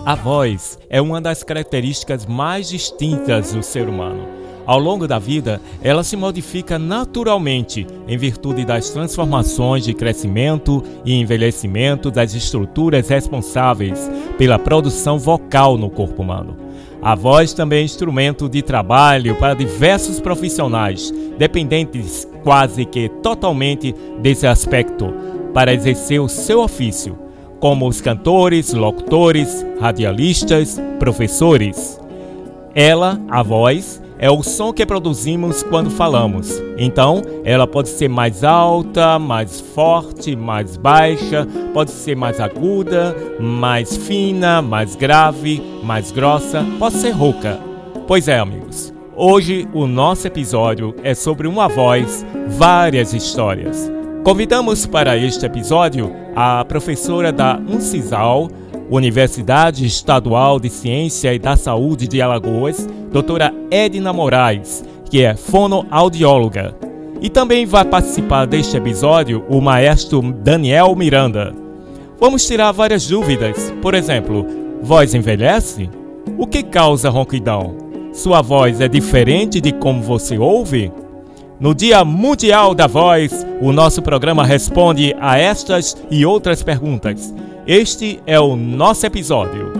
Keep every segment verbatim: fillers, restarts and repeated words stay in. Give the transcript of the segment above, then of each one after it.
A voz é uma das características mais distintas do ser humano. Ao longo da vida, ela se modifica naturalmente em virtude das transformações de crescimento e envelhecimento das estruturas responsáveis pela produção vocal no corpo humano. A voz também é instrumento de trabalho para diversos profissionais, dependentes quase que totalmente desse aspecto, para exercer o seu ofício, como os cantores, locutores, radialistas, professores. Ela, a voz, é o som que produzimos quando falamos. Então, ela pode ser mais alta, mais forte, mais baixa, pode ser mais aguda, mais fina, mais grave, mais grossa, pode ser rouca. Pois é, amigos, hoje o nosso episódio é sobre uma voz, várias histórias. Convidamos para este episódio a professora da UNCISAL, Universidade Estadual de Ciência e da Saúde de Alagoas, doutora Edna Moraes, que é fonoaudióloga. E também vai participar deste episódio o maestro Daniel Miranda. Vamos tirar várias dúvidas. Por exemplo, voz envelhece? O que causa ronquidão? Sua voz é diferente de como você ouve? No Dia Mundial da Voz, o nosso programa responde a estas e outras perguntas. Este é o nosso episódio.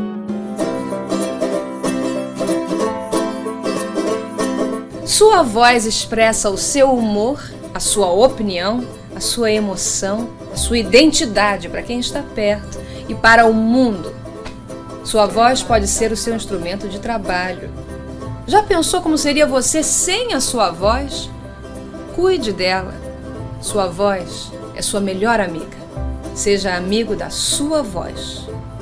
Sua voz expressa o seu humor, a sua opinião, a sua emoção, a sua identidade para quem está perto e para o mundo. Sua voz pode ser o seu instrumento de trabalho. Já pensou como seria você sem a sua voz? Cuide dela. Sua voz é sua melhor amiga. Seja amigo da sua voz.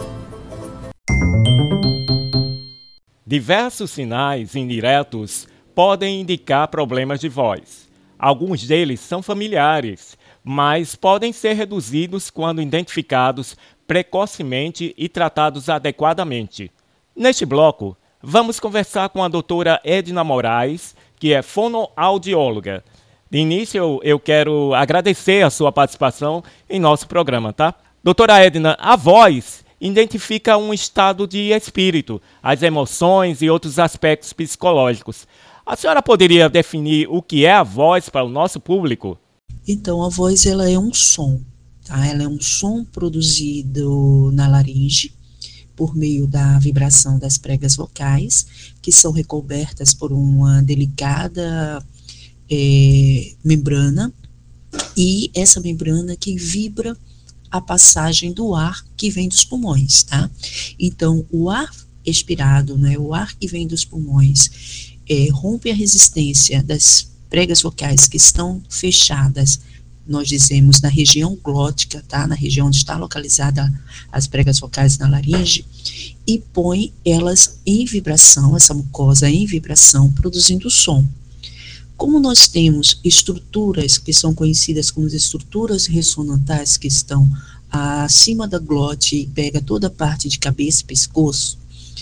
Diversos sinais indiretos podem indicar problemas de voz. Alguns deles são familiares, mas podem ser reduzidos quando identificados precocemente e tratados adequadamente. Neste bloco, vamos conversar com a doutora Edna Moraes, que é fonoaudióloga. De início, eu, eu quero agradecer a sua participação em nosso programa, tá? Doutora Edna, a voz identifica um estado de espírito, as emoções e outros aspectos psicológicos. A senhora poderia definir o que é a voz para o nosso público? Então, a voz ela é um som, tá? Ela é um som produzido na laringe por meio da vibração das pregas vocais, que são recobertas por uma delicada É, membrana, e essa membrana que vibra a passagem do ar que vem dos pulmões, tá? Então, o ar expirado, né, o ar que vem dos pulmões, é, rompe a resistência das pregas vocais que estão fechadas, nós dizemos na região glótica, tá? Na região onde está localizada as pregas vocais na laringe, e põe elas em vibração, essa mucosa em vibração, produzindo som. Como nós temos estruturas que são conhecidas como as estruturas ressonantais, que estão acima da glote e pega toda a parte de cabeça e pescoço,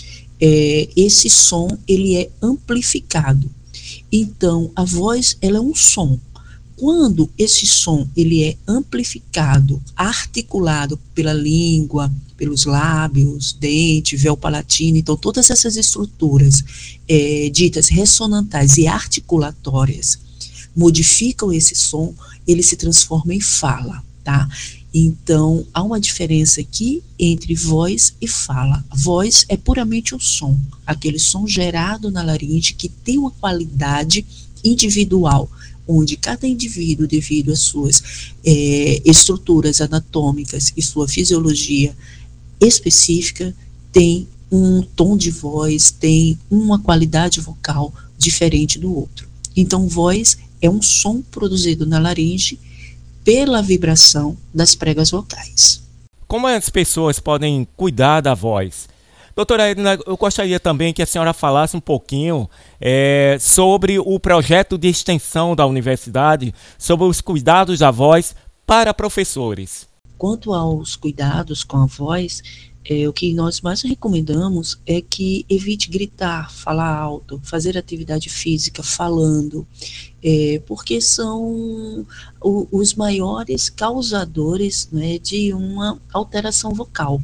é, esse som ele é amplificado. Então, a voz ela é um som. Quando esse som ele é amplificado, articulado pela língua, pelos lábios, dente, véu palatino, então todas essas estruturas é, ditas ressonantais e articulatórias modificam esse som, ele se transforma em fala, tá? Então, há uma diferença aqui entre voz e fala. A voz é puramente o som, aquele som gerado na laringe que tem uma qualidade individual, onde cada indivíduo, devido às suas é, estruturas anatômicas e sua fisiologia específica, tem um tom de voz, tem uma qualidade vocal diferente do outro. Então, voz é um som produzido na laringe pela vibração das pregas vocais. Como as pessoas podem cuidar da voz? Doutora Edna, eu gostaria também que a senhora falasse um pouquinho é, sobre o projeto de extensão da universidade, sobre os cuidados da voz para professores. Quanto aos cuidados com a voz, é, o que nós mais recomendamos é que evite gritar, falar alto, fazer atividade física falando, é, porque são o, os maiores causadores, né, de uma alteração vocal.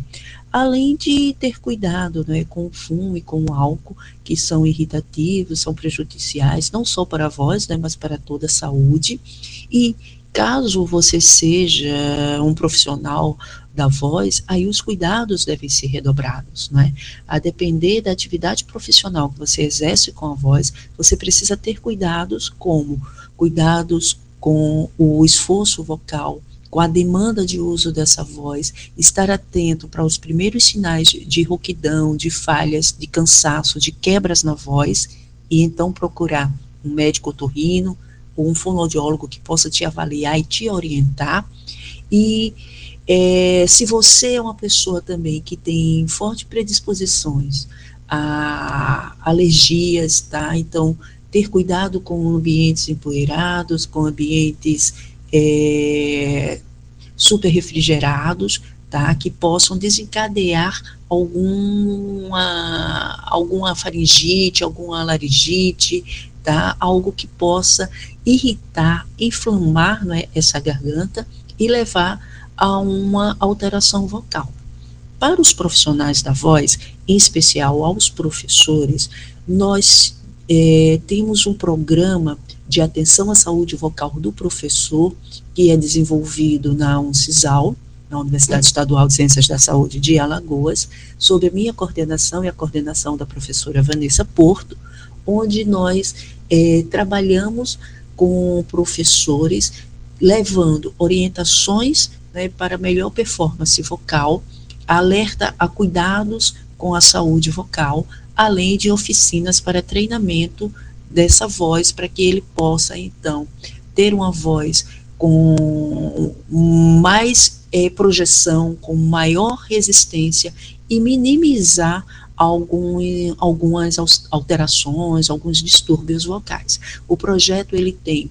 além de ter cuidado, né, com o fumo e com o álcool, que são irritativos, são prejudiciais, não só para a voz, né, mas para toda a saúde. E caso você seja um profissional da voz, aí os cuidados devem ser redobrados, né? A depender da atividade profissional que você exerce com a voz, você precisa ter cuidados como cuidados com o esforço vocal, com a demanda de uso dessa voz, estar atento para os primeiros sinais de, de rouquidão, de falhas, de cansaço, de quebras na voz, e então procurar um médico otorrino ou um fonoaudiólogo que possa te avaliar e te orientar. E é, se você é uma pessoa também que tem fortes predisposições a alergias, tá? Então, ter cuidado com ambientes empoeirados, com ambientes é, super refrigerados, tá? Que possam desencadear alguma, alguma faringite, alguma laringite, tá? Algo que possa irritar, inflamar, não é, essa garganta e levar a uma alteração vocal. Para os profissionais da voz, em especial aos professores, nós é, temos um programa de atenção à saúde vocal do professor, que é desenvolvido na UNCISAL, na Universidade Estadual de Ciências da Saúde de Alagoas, sob a minha coordenação e a coordenação da professora Vanessa Porto, onde nós é, trabalhamos com professores, levando orientações, né, para melhor performance vocal, alerta a cuidados com a saúde vocal, além de oficinas para treinamento dessa voz, para que ele possa, então, ter uma voz com mais é, projeção, com maior resistência e minimizar algum, algumas alterações, alguns distúrbios vocais. O projeto, ele tem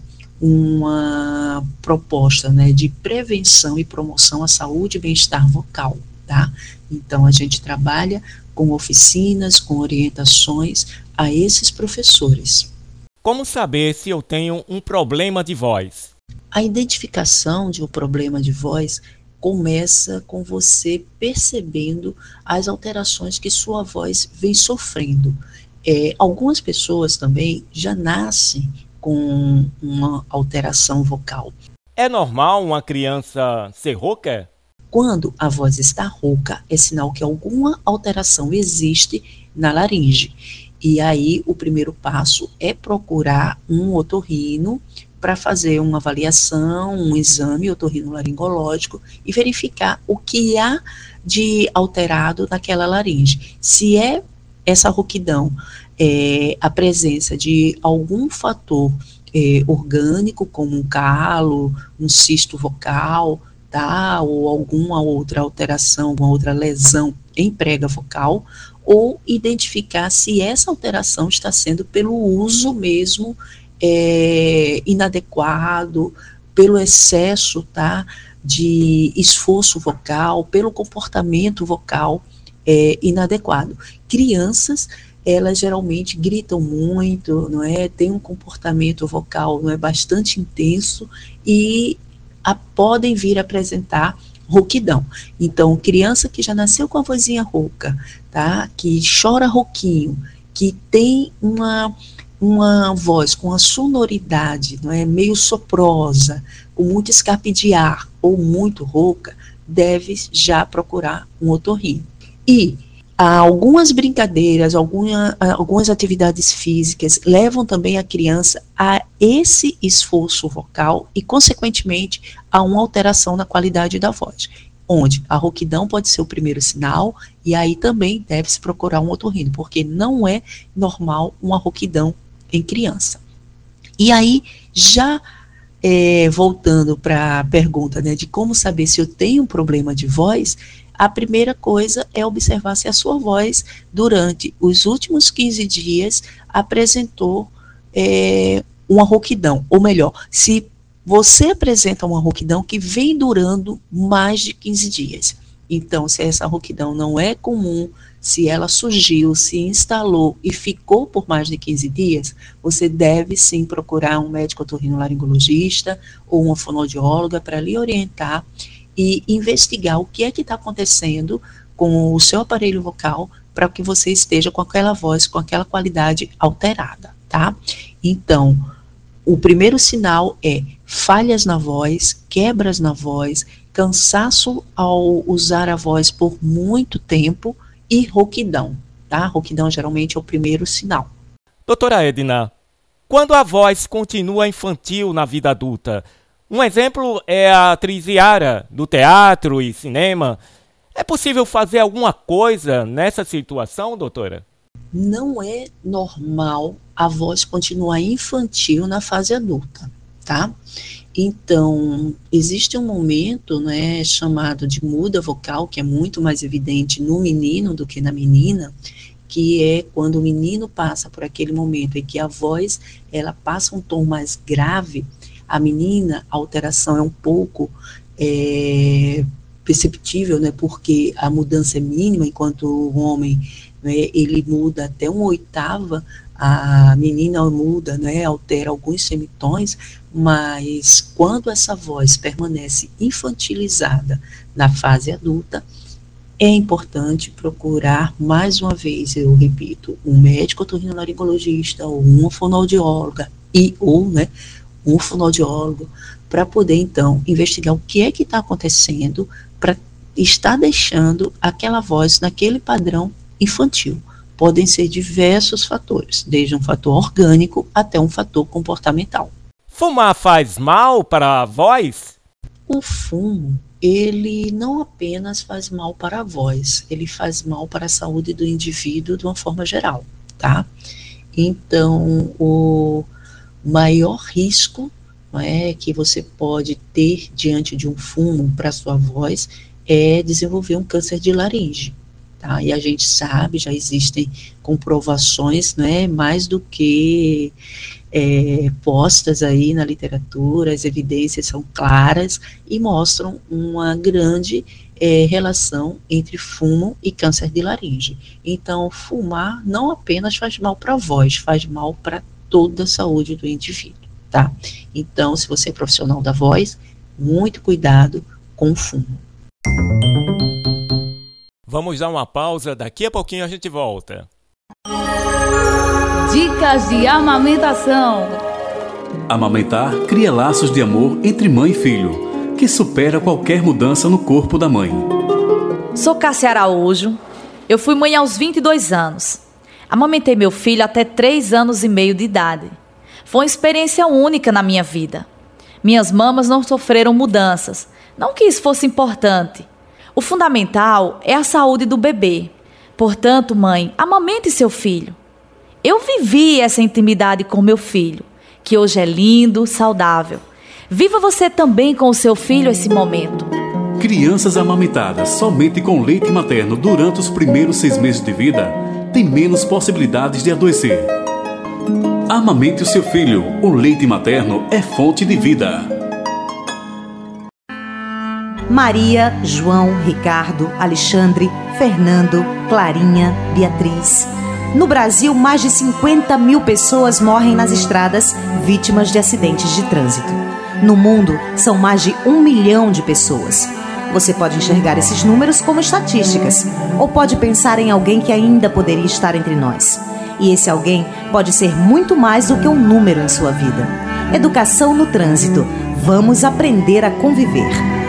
uma proposta, né, de prevenção e promoção à saúde e bem-estar vocal, tá? Então, a gente trabalha com oficinas, com orientações a esses professores. Como saber se eu tenho um problema de voz? A identificação de um problema de voz começa com você percebendo as alterações que sua voz vem sofrendo. É, algumas pessoas também já nascem com uma alteração vocal. É normal uma criança ser rouca? Quando a voz está rouca, é sinal que alguma alteração existe na laringe. E aí o primeiro passo é procurar um otorrino para fazer uma avaliação, um exame otorrinolaringológico e verificar o que há de alterado naquela laringe. Se é essa rouquidão, é, a presença de algum fator é, orgânico, como um calo, um cisto vocal, tá, ou alguma outra alteração, alguma outra lesão em prega vocal, ou identificar se essa alteração está sendo pelo uso mesmo é, inadequado, pelo excesso, tá, de esforço vocal, pelo comportamento vocal é, inadequado. Crianças, elas geralmente gritam muito, não é? Tem um comportamento vocal, não é, bastante intenso e a, podem vir a apresentar rouquidão. Então, criança que já nasceu com a vozinha rouca, tá? Que chora rouquinho, que tem uma, uma voz com a sonoridade, não é, meio soprosa, com muito escape de ar ou muito rouca, deve já procurar um otorrino. E algumas brincadeiras, alguma, algumas atividades físicas levam também a criança a esse esforço vocal e, consequentemente, a uma alteração na qualidade da voz, onde a rouquidão pode ser o primeiro sinal e aí também deve-se procurar um otorrino, porque não é normal uma rouquidão em criança. E aí, já é, voltando para a pergunta, né, de como saber se eu tenho um problema de voz, a primeira coisa é observar se a sua voz, durante os últimos quinze dias, apresentou é, uma rouquidão, ou melhor, se você apresenta uma rouquidão que vem durando mais de quinze dias. Então, se essa rouquidão não é comum, se ela surgiu, se instalou e ficou por mais de quinze dias, você deve sim procurar um médico otorrinolaringologista ou uma fonoaudióloga para lhe orientar e investigar o que é que está acontecendo com o seu aparelho vocal para que você esteja com aquela voz, com aquela qualidade alterada, tá? Então, o primeiro sinal é falhas na voz, quebras na voz, cansaço ao usar a voz por muito tempo e rouquidão, tá? Rouquidão geralmente é o primeiro sinal. Doutora Edna, quando a voz continua infantil na vida adulta, um exemplo é a atriz Yara, do teatro e cinema. É possível fazer alguma coisa nessa situação, doutora? Não é normal a voz continuar infantil na fase adulta, tá? Então, existe um momento, né, chamado de muda vocal, que é muito mais evidente no menino do que na menina, que é quando o menino passa por aquele momento em que a voz, ela passa um tom mais grave. A menina, a alteração é um pouco é, perceptível, né, porque a mudança é mínima, enquanto o homem, né, ele muda até uma oitava, a menina muda, né, altera alguns semitons, mas quando essa voz permanece infantilizada na fase adulta, é importante procurar, mais uma vez, eu repito, um médico otorrinolaringologista ou uma fonoaudióloga e ou, né, um fonoaudiólogo, para poder, então, investigar o que é que está acontecendo para estar deixando aquela voz naquele padrão infantil. Podem ser diversos fatores, desde um fator orgânico até um fator comportamental. Fumar faz mal para a voz? O fumo, ele não apenas faz mal para a voz, ele faz mal para a saúde do indivíduo de uma forma geral, tá? Então, o maior risco, não é, que você pode ter diante de um fumo para a sua voz é desenvolver um câncer de laringe, tá? E a gente sabe, já existem comprovações, né, mais do que é, postas aí na literatura, as evidências são claras e mostram uma grande é, relação entre fumo e câncer de laringe. Então, fumar não apenas faz mal para a voz, faz mal para toda a saúde do indivíduo, tá? Então, se você é profissional da voz, muito cuidado com o fumo. Vamos dar uma pausa, daqui a pouquinho a gente volta. Dicas de amamentação. Amamentar cria laços de amor entre mãe e filho, que supera qualquer mudança no corpo da mãe. Sou Cássia Araújo, eu fui mãe aos vinte e dois anos. Amamentei meu filho até três anos e meio de idade. Foi uma experiência única na minha vida. Minhas mamas não sofreram mudanças, não que isso fosse importante. O fundamental é a saúde do bebê. Portanto, mãe, amamente seu filho. Eu vivi essa intimidade com meu filho, que hoje é lindo, saudável. Viva você também com o seu filho esse momento. Crianças amamentadas somente com leite materno durante os primeiros seis meses de vida têm menos possibilidades de adoecer. Amamente o seu filho. O leite materno é fonte de vida. Maria, João, Ricardo, Alexandre, Fernando, Clarinha, Beatriz. No Brasil, mais de cinquenta mil pessoas morrem nas estradas vítimas de acidentes de trânsito. No mundo, são mais de um milhão de pessoas. Você pode enxergar esses números como estatísticas, ou pode pensar em alguém que ainda poderia estar entre nós. E esse alguém pode ser muito mais do que um número em sua vida. Educação no trânsito. Vamos aprender a conviver.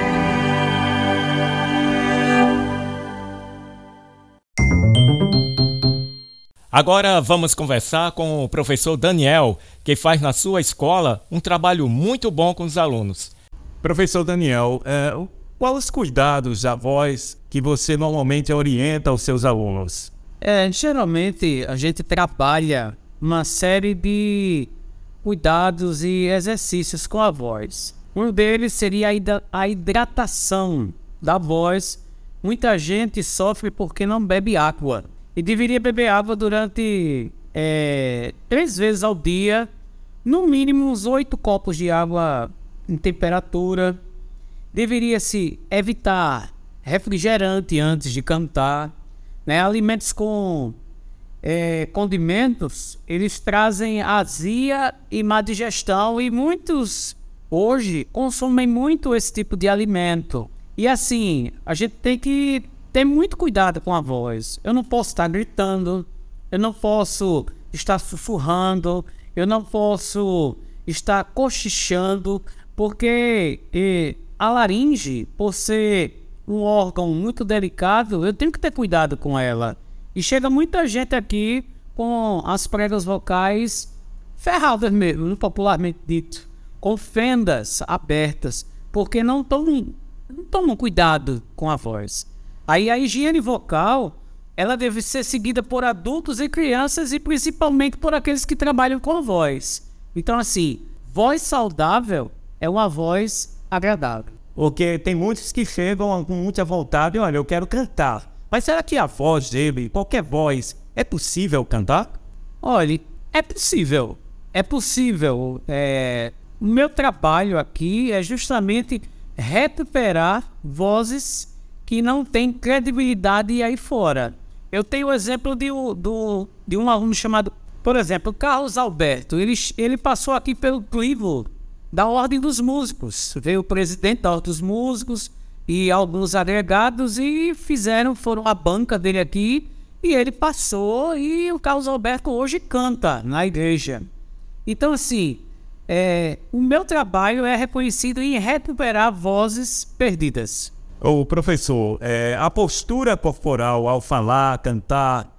Agora vamos conversar com o professor Daniel, que faz na sua escola um trabalho muito bom com os alunos. Professor Daniel, é, quais os cuidados da voz que você normalmente orienta aos seus alunos? É, geralmente a gente trabalha uma série de cuidados e exercícios com a voz. Um deles seria a hidratação da voz. Muita gente sofre porque não bebe água. E deveria beber água durante é, três vezes ao dia, no mínimo uns oito copos de água em temperatura. Deveria-se evitar refrigerante antes de cantar, né? Alimentos com é, condimentos, eles trazem azia e má digestão, e muitos hoje consomem muito esse tipo de alimento. E assim, a gente tem que ter muito cuidado com a voz. Eu não posso estar gritando, eu não posso estar sussurrando, eu não posso estar cochichando, porque eh, a laringe, por ser um órgão muito delicado, eu tenho que ter cuidado com ela. E chega muita gente aqui com as pregas vocais ferradas mesmo, popularmente dito, com fendas abertas, porque não tomam, não tomam cuidado com a voz. Aí a higiene vocal, ela deve ser seguida por adultos e crianças e principalmente por aqueles que trabalham com a voz. Então assim, voz saudável é uma voz agradável. Porque tem muitos que chegam com muita vontade, olha, eu quero cantar. Mas será que a voz dele, qualquer voz, é possível cantar? Olha, é possível. É possível. É... O meu trabalho aqui é justamente recuperar vozes que não têm credibilidade aí fora. Eu tenho o exemplo de, do, de um aluno chamado, por exemplo, Carlos Alberto. Ele, ele passou aqui pelo crivo da Ordem dos Músicos. Veio o presidente da Ordem dos Músicos e alguns agregados e fizeram, foram a banca dele aqui e ele passou e o Carlos Alberto hoje canta na igreja. Então assim, é, o meu trabalho é reconhecido em recuperar vozes perdidas. Ô professor, é, a postura corporal ao falar, cantar,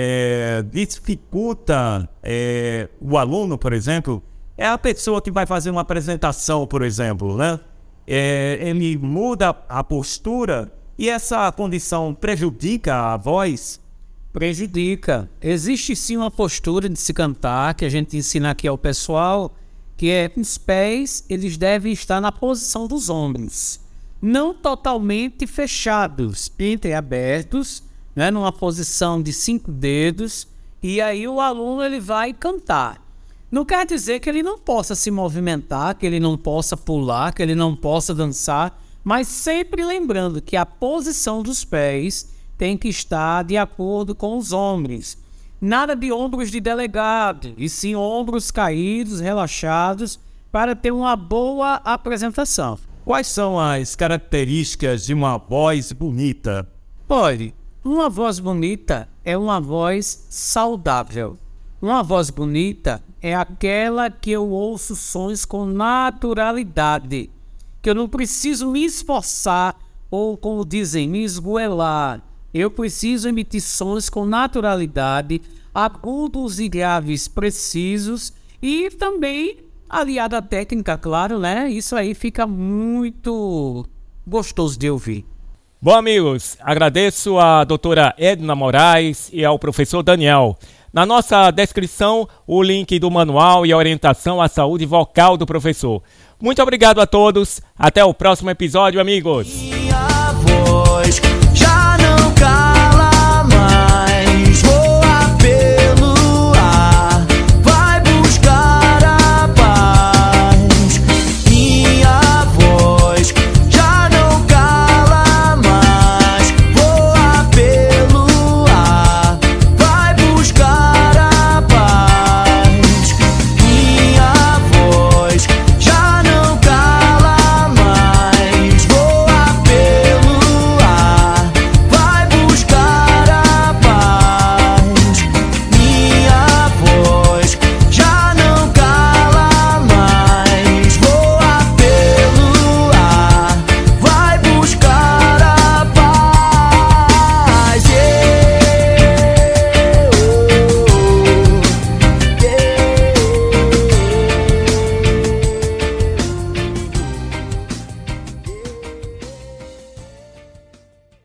é, dificulta é, o aluno, por exemplo? É a pessoa que vai fazer uma apresentação, por exemplo, né? É, ele muda a postura e essa condição prejudica a voz? Prejudica. Existe sim uma postura de se cantar que a gente ensina aqui ao pessoal, que é os pés, eles devem estar na posição dos ombros, não totalmente fechados, entreabertos, né, numa posição de cinco dedos, e aí o aluno ele vai cantar. Não quer dizer que ele não possa se movimentar, que ele não possa pular, que ele não possa dançar, mas sempre lembrando que a posição dos pés tem que estar de acordo com os ombros. Nada de ombros de delegado, e sim ombros caídos, relaxados, para ter uma boa apresentação. Quais são as características de uma voz bonita? Olha, uma voz bonita é uma voz saudável. Uma voz bonita é aquela que eu ouço sons com naturalidade, que eu não preciso me esforçar ou, como dizem, me esgoelar. Eu preciso emitir sons com naturalidade, agudos e graves precisos e também aliado à técnica, claro, né? Isso aí fica muito gostoso de ouvir. Bom, amigos, agradeço à doutora Edna Moraes e ao professor Daniel. Na nossa descrição, o link do manual e a orientação à saúde vocal do professor. Muito obrigado a todos. Até o próximo episódio, amigos.